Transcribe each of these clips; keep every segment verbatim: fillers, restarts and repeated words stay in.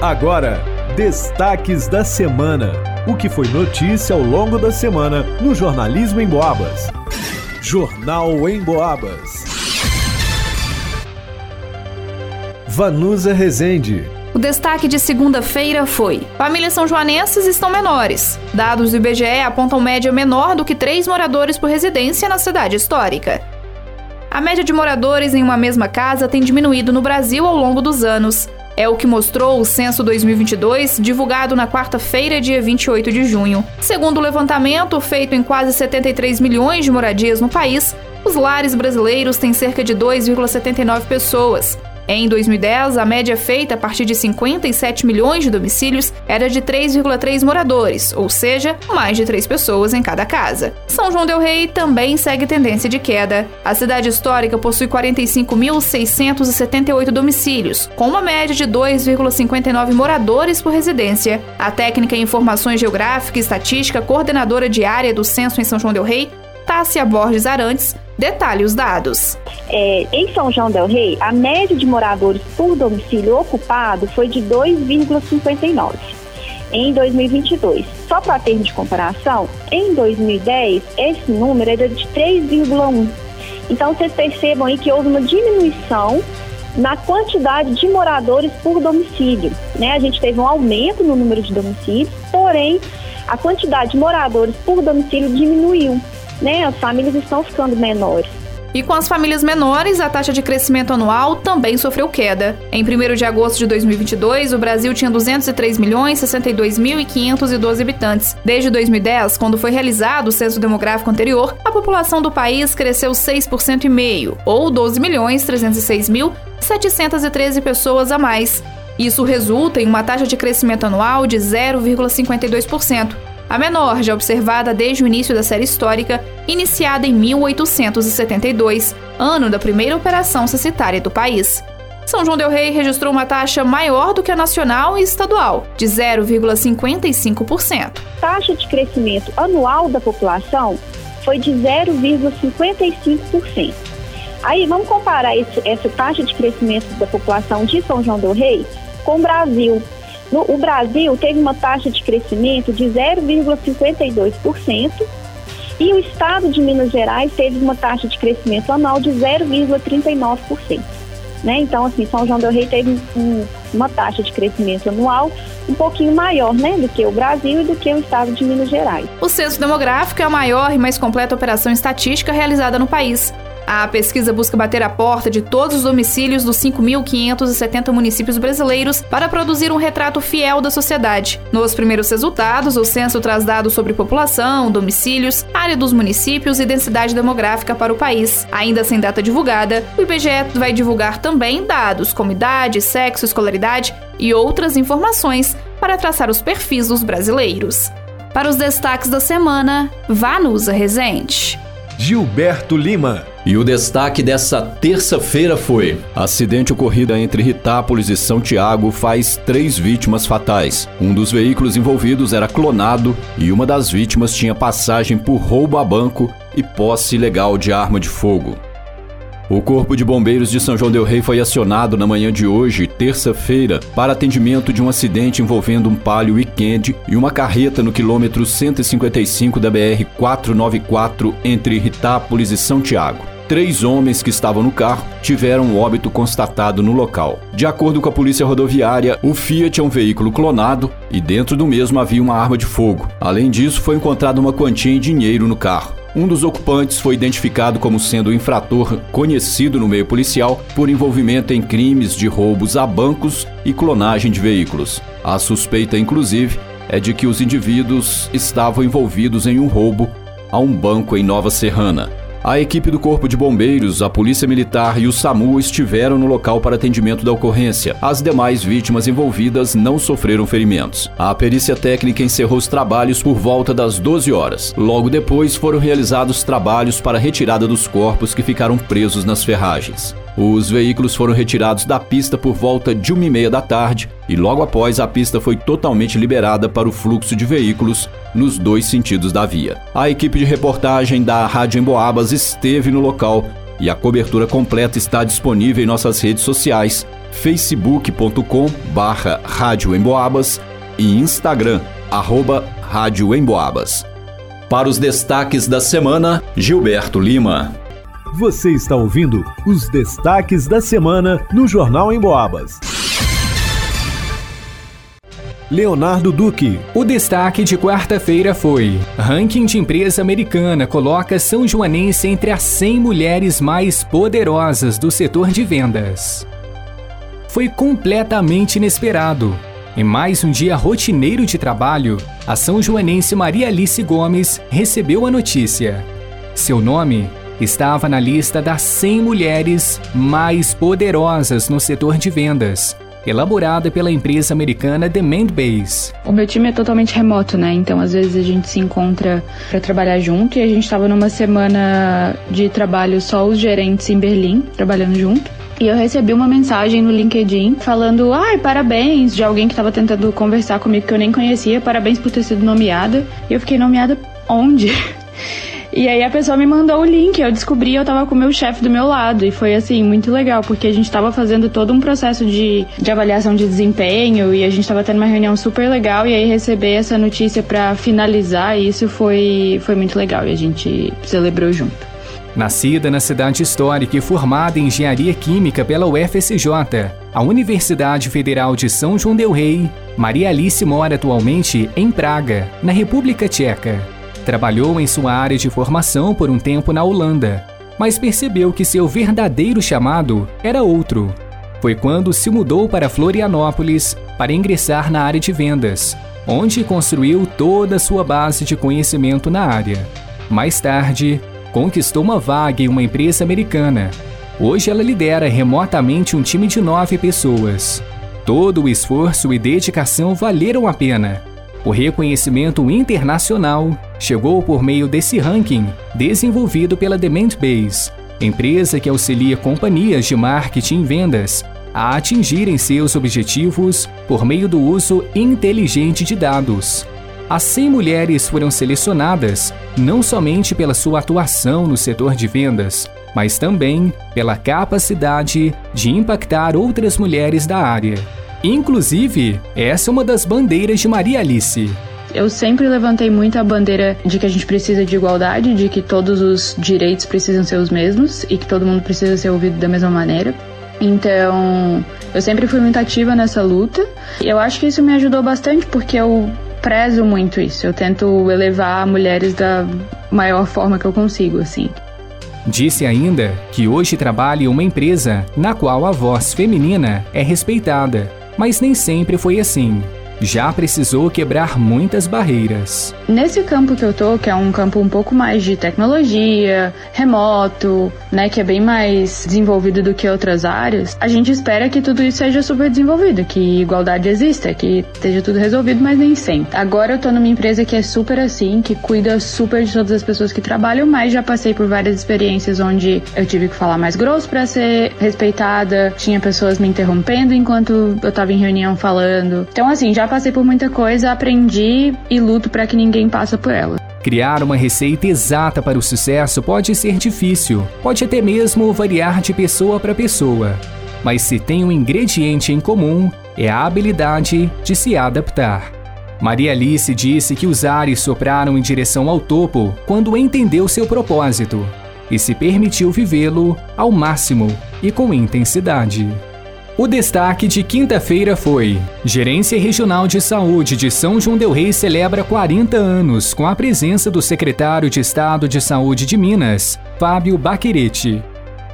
Agora, destaques da semana. O que foi notícia ao longo da semana no Jornalismo em Boabas. Jornal em Boabas. Vanusa Rezende. O destaque de segunda-feira foi: famílias são-joanenses estão menores. Dados do I B G E apontam média menor do que três moradores por residência na cidade histórica. A média de moradores em uma mesma casa tem diminuído no Brasil ao longo dos anos. É o que mostrou o Censo dois mil e vinte e dois, divulgado na quarta-feira, dia vinte e oito de junho. Segundo o levantamento, feito em quase setenta e três milhões de moradias no país, os lares brasileiros têm cerca de dois vírgula setenta e nove pessoas. Em dois mil e dez, a média feita a partir de cinquenta e sete milhões de domicílios era de três vírgula três moradores, ou seja, mais de três pessoas em cada casa. São João del Rei também segue tendência de queda. A cidade histórica possui quarenta e cinco mil seiscentos e setenta e oito domicílios, com uma média de dois vírgula cinquenta e nove moradores por residência. A técnica em Informações Geográfica e Estatística, coordenadora de área do Censo em São João del Rei, Tássia Borges Arantes, detalhe os dados. É, em São João del Rei, a média de moradores por domicílio ocupado foi de dois vírgula cinquenta e nove em dois mil e vinte e dois. Só para termos de comparação, em dois mil e dez, esse número era de três vírgula um. Então, vocês percebam aí que houve uma diminuição na quantidade de moradores por domicílio, né? A gente teve um aumento no número de domicílios, porém, a quantidade de moradores por domicílio diminuiu. Né, as famílias estão ficando menores. E com as famílias menores, a taxa de crescimento anual também sofreu queda. Em primeiro de agosto de dois mil e vinte e dois, o Brasil tinha duzentos e três milhões sessenta e dois mil quinhentos e doze habitantes. Desde dois mil e dez, quando foi realizado o censo demográfico anterior, a população do país cresceu seis por cento e meio, ou doze milhões trezentos e seis mil setecentos e treze pessoas a mais. Isso resulta em uma taxa de crescimento anual de zero vírgula cinquenta e dois por cento. A menor já observada desde o início da série histórica, iniciada em mil oitocentos e setenta e dois, ano da primeira operação censitária do país. São João del Rei registrou uma taxa maior do que a nacional e estadual, de zero vírgula cinquenta e cinco por cento. A taxa de crescimento anual da população foi de zero vírgula cinquenta e cinco por cento. Aí vamos comparar esse, essa taxa de crescimento da população de São João del Rei com o Brasil. No, o Brasil teve uma taxa de crescimento de zero vírgula cinquenta e dois por cento e o estado de Minas Gerais teve uma taxa de crescimento anual de zero vírgula trinta e nove por cento. Né? Então, assim, São João del Rei teve um, uma taxa de crescimento anual um pouquinho maior, né, do que o Brasil e do que o estado de Minas Gerais. O Censo Demográfico é a maior e mais completa operação estatística realizada no país. A pesquisa busca bater a porta de todos os domicílios dos cinco mil quinhentos e setenta municípios brasileiros para produzir um retrato fiel da sociedade. Nos primeiros resultados, o censo traz dados sobre população, domicílios, área dos municípios e densidade demográfica para o país. Ainda sem data divulgada, o I B G E vai divulgar também dados como idade, sexo, escolaridade e outras informações para traçar os perfis dos brasileiros. Para os destaques da semana, Vanusa Rezende. Gilberto Lima. E o destaque dessa terça-feira foi: acidente ocorrido entre Ritápolis e São Tiago faz três vítimas fatais. Um dos veículos envolvidos era clonado e uma das vítimas tinha passagem por roubo a banco e posse ilegal de arma de fogo. O Corpo de Bombeiros de São João del Rei foi acionado na manhã de hoje, terça-feira, para atendimento de um acidente envolvendo um Palio Weekend e uma carreta no quilômetro cento e cinquenta e cinco da B R quatrocentos e noventa e quatro entre Ritápolis e São Tiago. Três homens que estavam no carro tiveram um óbito constatado no local. De acordo com a Polícia Rodoviária, o Fiat é um veículo clonado e dentro do mesmo havia uma arma de fogo. Além disso, foi encontrada uma quantia em dinheiro no carro. Um dos ocupantes foi identificado como sendo um infrator conhecido no meio policial por envolvimento em crimes de roubos a bancos e clonagem de veículos. A suspeita, inclusive, é de que os indivíduos estavam envolvidos em um roubo a um banco em Nova Serrana. A equipe do Corpo de Bombeiros, a Polícia Militar e o SAMU estiveram no local para atendimento da ocorrência. As demais vítimas envolvidas não sofreram ferimentos. A perícia técnica encerrou os trabalhos por volta das doze horas. Logo depois foram realizados trabalhos para a retirada dos corpos que ficaram presos nas ferragens. Os veículos foram retirados da pista por volta de uma e meia da tarde e logo após a pista foi totalmente liberada para o fluxo de veículos nos dois sentidos da via. A equipe de reportagem da Rádio Emboabas esteve no local e a cobertura completa está disponível em nossas redes sociais facebook ponto com barra Rádio Emboabas e Instagram, arroba Rádio Emboabas. Para os destaques da semana, Gilberto Lima. Você está ouvindo os destaques da semana no Jornal Emboabas. Leonardo Duque. O destaque de quarta-feira foi: ranking de empresa americana coloca São Joanense entre as cem mulheres mais poderosas do setor de vendas. Foi completamente inesperado. Em mais um dia rotineiro de trabalho, a são joanense Maria Alice Gomes recebeu a notícia. Seu nome estava na lista das cem mulheres mais poderosas no setor de vendas, elaborada pela empresa americana Demandbase. O meu time é totalmente remoto, né? Então, às vezes a gente se encontra para trabalhar junto e a gente estava numa semana de trabalho só os gerentes em Berlim, trabalhando junto. E eu recebi uma mensagem no LinkedIn falando: ai, parabéns, de alguém que estava tentando conversar comigo que eu nem conhecia, parabéns por ter sido nomeada. E eu fiquei: nomeada onde? E aí a pessoa me mandou o link, eu descobri, eu tava com o meu chefe do meu lado, e foi assim, muito legal, porque a gente tava fazendo todo um processo de, de avaliação de desempenho, e a gente tava tendo uma reunião super legal, e aí receber essa notícia pra finalizar isso foi, foi muito legal, e a gente celebrou junto. Nascida na cidade histórica e formada em Engenharia Química pela U F S J, a Universidade Federal de São João del Rei, Maria Alice mora atualmente em Praga, na República Tcheca. Trabalhou em sua área de formação por um tempo na Holanda, mas percebeu que seu verdadeiro chamado era outro. Foi quando se mudou para Florianópolis para ingressar na área de vendas, onde construiu toda a sua base de conhecimento na área. Mais tarde, conquistou uma vaga em uma empresa americana. Hoje ela lidera remotamente um time de nove pessoas. Todo o esforço e dedicação valeram a pena. O reconhecimento internacional chegou por meio desse ranking desenvolvido pela Demandbase, empresa que auxilia companhias de marketing e vendas a atingirem seus objetivos por meio do uso inteligente de dados. As cem mulheres foram selecionadas não somente pela sua atuação no setor de vendas, mas também pela capacidade de impactar outras mulheres da área. Inclusive, essa é uma das bandeiras de Maria Alice. Eu sempre levantei muito a bandeira de que a gente precisa de igualdade, de que todos os direitos precisam ser os mesmos e que todo mundo precisa ser ouvido da mesma maneira. Então, eu sempre fui muito ativa nessa luta. Eu acho que isso me ajudou bastante porque eu prezo muito isso. Eu tento elevar mulheres da maior forma que eu consigo, assim. Disse ainda que hoje trabalha em uma empresa na qual a voz feminina é respeitada, mas nem sempre foi assim. Já precisou quebrar muitas barreiras. Nesse campo que eu tô, que é um campo um pouco mais de tecnologia, remoto, né, que é bem mais desenvolvido do que outras áreas, a gente espera que tudo isso seja super desenvolvido, que igualdade exista, que esteja tudo resolvido, mas nem sempre. Agora eu tô numa empresa que é super assim, que cuida super de todas as pessoas que trabalham, mas já passei por várias experiências onde eu tive que falar mais grosso pra ser respeitada, tinha pessoas me interrompendo enquanto eu tava em reunião falando. Então assim, já passei por muita coisa, aprendi e luto para que ninguém passe por ela. Criar uma receita exata para o sucesso pode ser difícil, pode até mesmo variar de pessoa para pessoa. Mas se tem um ingrediente em comum, é a habilidade de se adaptar. Maria Alice disse que os ares sopraram em direção ao topo quando entendeu seu propósito e se permitiu vivê-lo ao máximo e com intensidade. O destaque de quinta-feira foi: Gerência Regional de Saúde de São João del Rei celebra quarenta anos com a presença do secretário de Estado de Saúde de Minas, Fábio Baccheretti.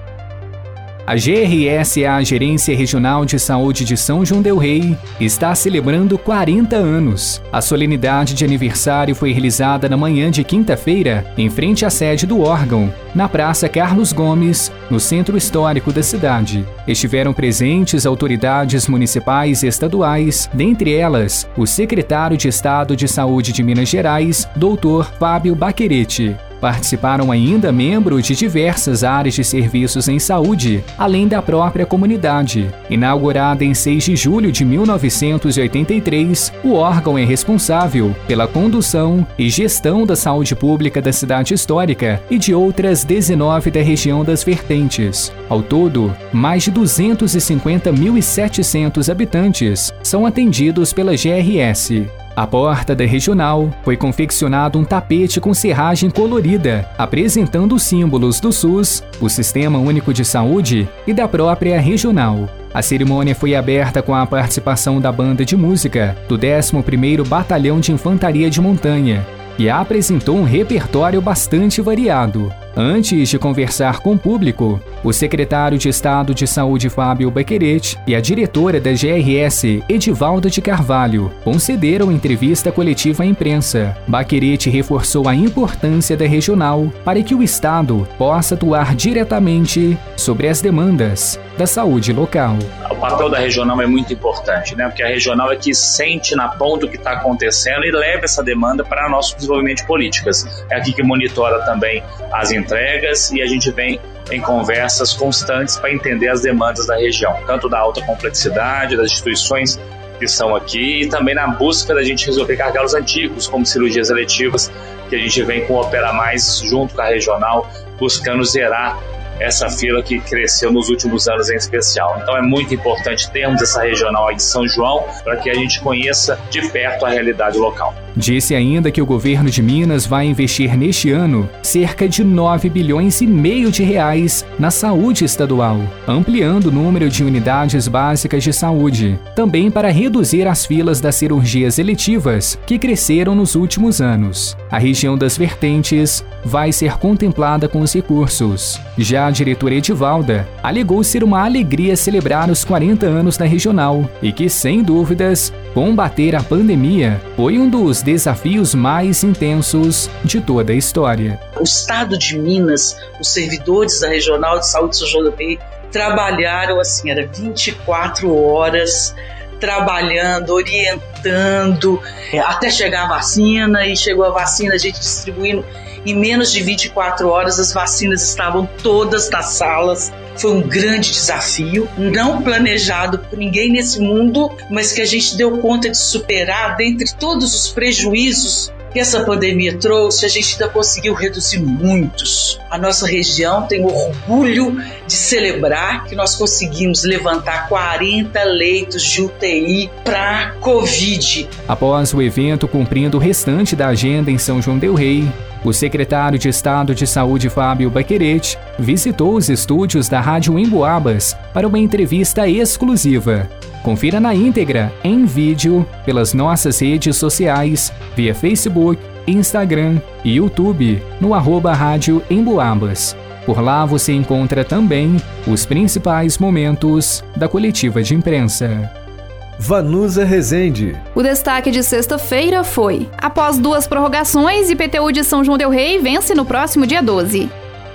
A G R S A, Gerência Regional de Saúde de São João del Rei, está celebrando quarenta anos. A solenidade de aniversário foi realizada na manhã de quinta-feira, em frente à sede do órgão, na Praça Carlos Gomes, no centro histórico da cidade. Estiveram presentes autoridades municipais e estaduais, dentre elas o secretário de Estado de Saúde de Minas Gerais, doutor Fábio Baccheretti. Participaram ainda membros de diversas áreas de serviços em saúde, além da própria comunidade. Inaugurada em seis de julho de mil novecentos e oitenta e três, o órgão é responsável pela condução e gestão da saúde pública da cidade histórica e de outras dezenove da região das Vertentes. Ao todo, mais de duzentos e cinquenta mil e setecentos habitantes são atendidos pela G R S. À porta da regional, foi confeccionado um tapete com serragem colorida, apresentando os símbolos do SUS, o Sistema Único de Saúde e da própria regional. A cerimônia foi aberta com a participação da banda de música do décimo primeiro Batalhão de Infantaria de Montanha, e apresentou um repertório bastante variado. Antes de conversar com o público, o secretário de Estado de Saúde Fábio Baquerete e a diretora da G R S, Edivalda de Carvalho, concederam entrevista coletiva à imprensa. Baquerete reforçou a importância da regional para que o Estado possa atuar diretamente sobre as demandas da saúde local. O papel da regional é muito importante, né? Porque a regional é que sente na ponta o que está acontecendo e leva essa demanda para nosso desenvolvimento de políticas. É aqui que monitora também as entregas e a gente vem em conversas constantes para entender as demandas da região, tanto da alta complexidade, das instituições que são aqui e também na busca da gente resolver gargalos antigos, como cirurgias eletivas, que a gente vem com o Opera Mais junto com a regional, buscando zerar essa fila que cresceu nos últimos anos em especial. Então é muito importante termos essa regional aí de São João para que a gente conheça de perto a realidade local. Disse ainda que o governo de Minas vai investir neste ano cerca de nove bilhões e meio de reais na saúde estadual, ampliando o número de unidades básicas de saúde, também para reduzir as filas das cirurgias eletivas que cresceram nos últimos anos. A região das Vertentes vai ser contemplada com os recursos. Já a diretora Edivalda alegou ser uma alegria celebrar os quarenta anos da regional e que, sem dúvidas, combater a pandemia foi um dos desafios mais intensos de toda a história. O Estado de Minas, os servidores da Regional de Saúde de São João del Rei trabalharam assim, era vinte e quatro horas trabalhando, orientando, até chegar a vacina, e chegou a vacina, a gente distribuindo. Em menos de vinte e quatro horas, as vacinas estavam todas nas salas. Foi um grande desafio, não planejado por ninguém nesse mundo, mas que a gente deu conta de superar. Dentre todos os prejuízos que essa pandemia trouxe, a gente ainda conseguiu reduzir muitos. A nossa região tem orgulho de celebrar que nós conseguimos levantar quarenta leitos de U T I para Covid. Após o evento cumprindo o restante da agenda em São João del Rei, o secretário de Estado de Saúde Fábio Baquerete visitou os estúdios da Rádio Emboabas para uma entrevista exclusiva. Confira na íntegra, em vídeo, pelas nossas redes sociais, via Facebook, Instagram e YouTube, no arroba Rádio Emboabas. Por lá você encontra também os principais momentos da coletiva de imprensa. Vanusa Rezende. O destaque de sexta-feira foi: após duas prorrogações, I P T U de São João del Rei vence no próximo dia doze.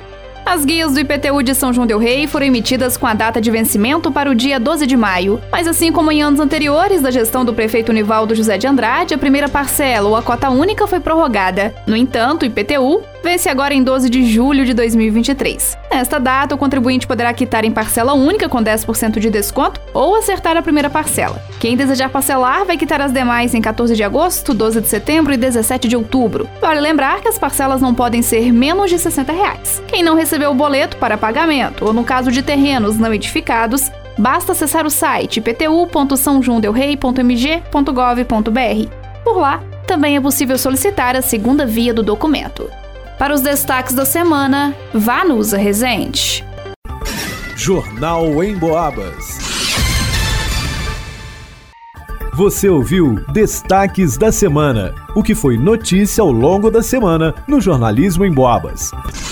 As guias do I P T U de São João del Rei foram emitidas com a data de vencimento para o dia doze de maio, mas assim como em anos anteriores da gestão do prefeito Nivaldo José de Andrade, a primeira parcela ou a cota única foi prorrogada. No entanto, o I P T U vence agora em doze de julho de dois mil e vinte e três. Nesta data, o contribuinte poderá quitar em parcela única com dez por cento de desconto ou acertar a primeira parcela. Quem desejar parcelar vai quitar as demais em quatorze de agosto, doze de setembro e dezessete de outubro. Vale lembrar que as parcelas não podem ser menos de sessenta reais. Quem não recebeu o boleto para pagamento ou no caso de terrenos não edificados, basta acessar o site p t u ponto são joão del rei ponto m g ponto gov ponto b r. Por lá, também é possível solicitar a segunda via do documento. Para os destaques da semana, Vanusa Rezende. Jornal Emboabas. Você ouviu Destaques da Semana, o que foi notícia ao longo da semana no Jornalismo Emboabas.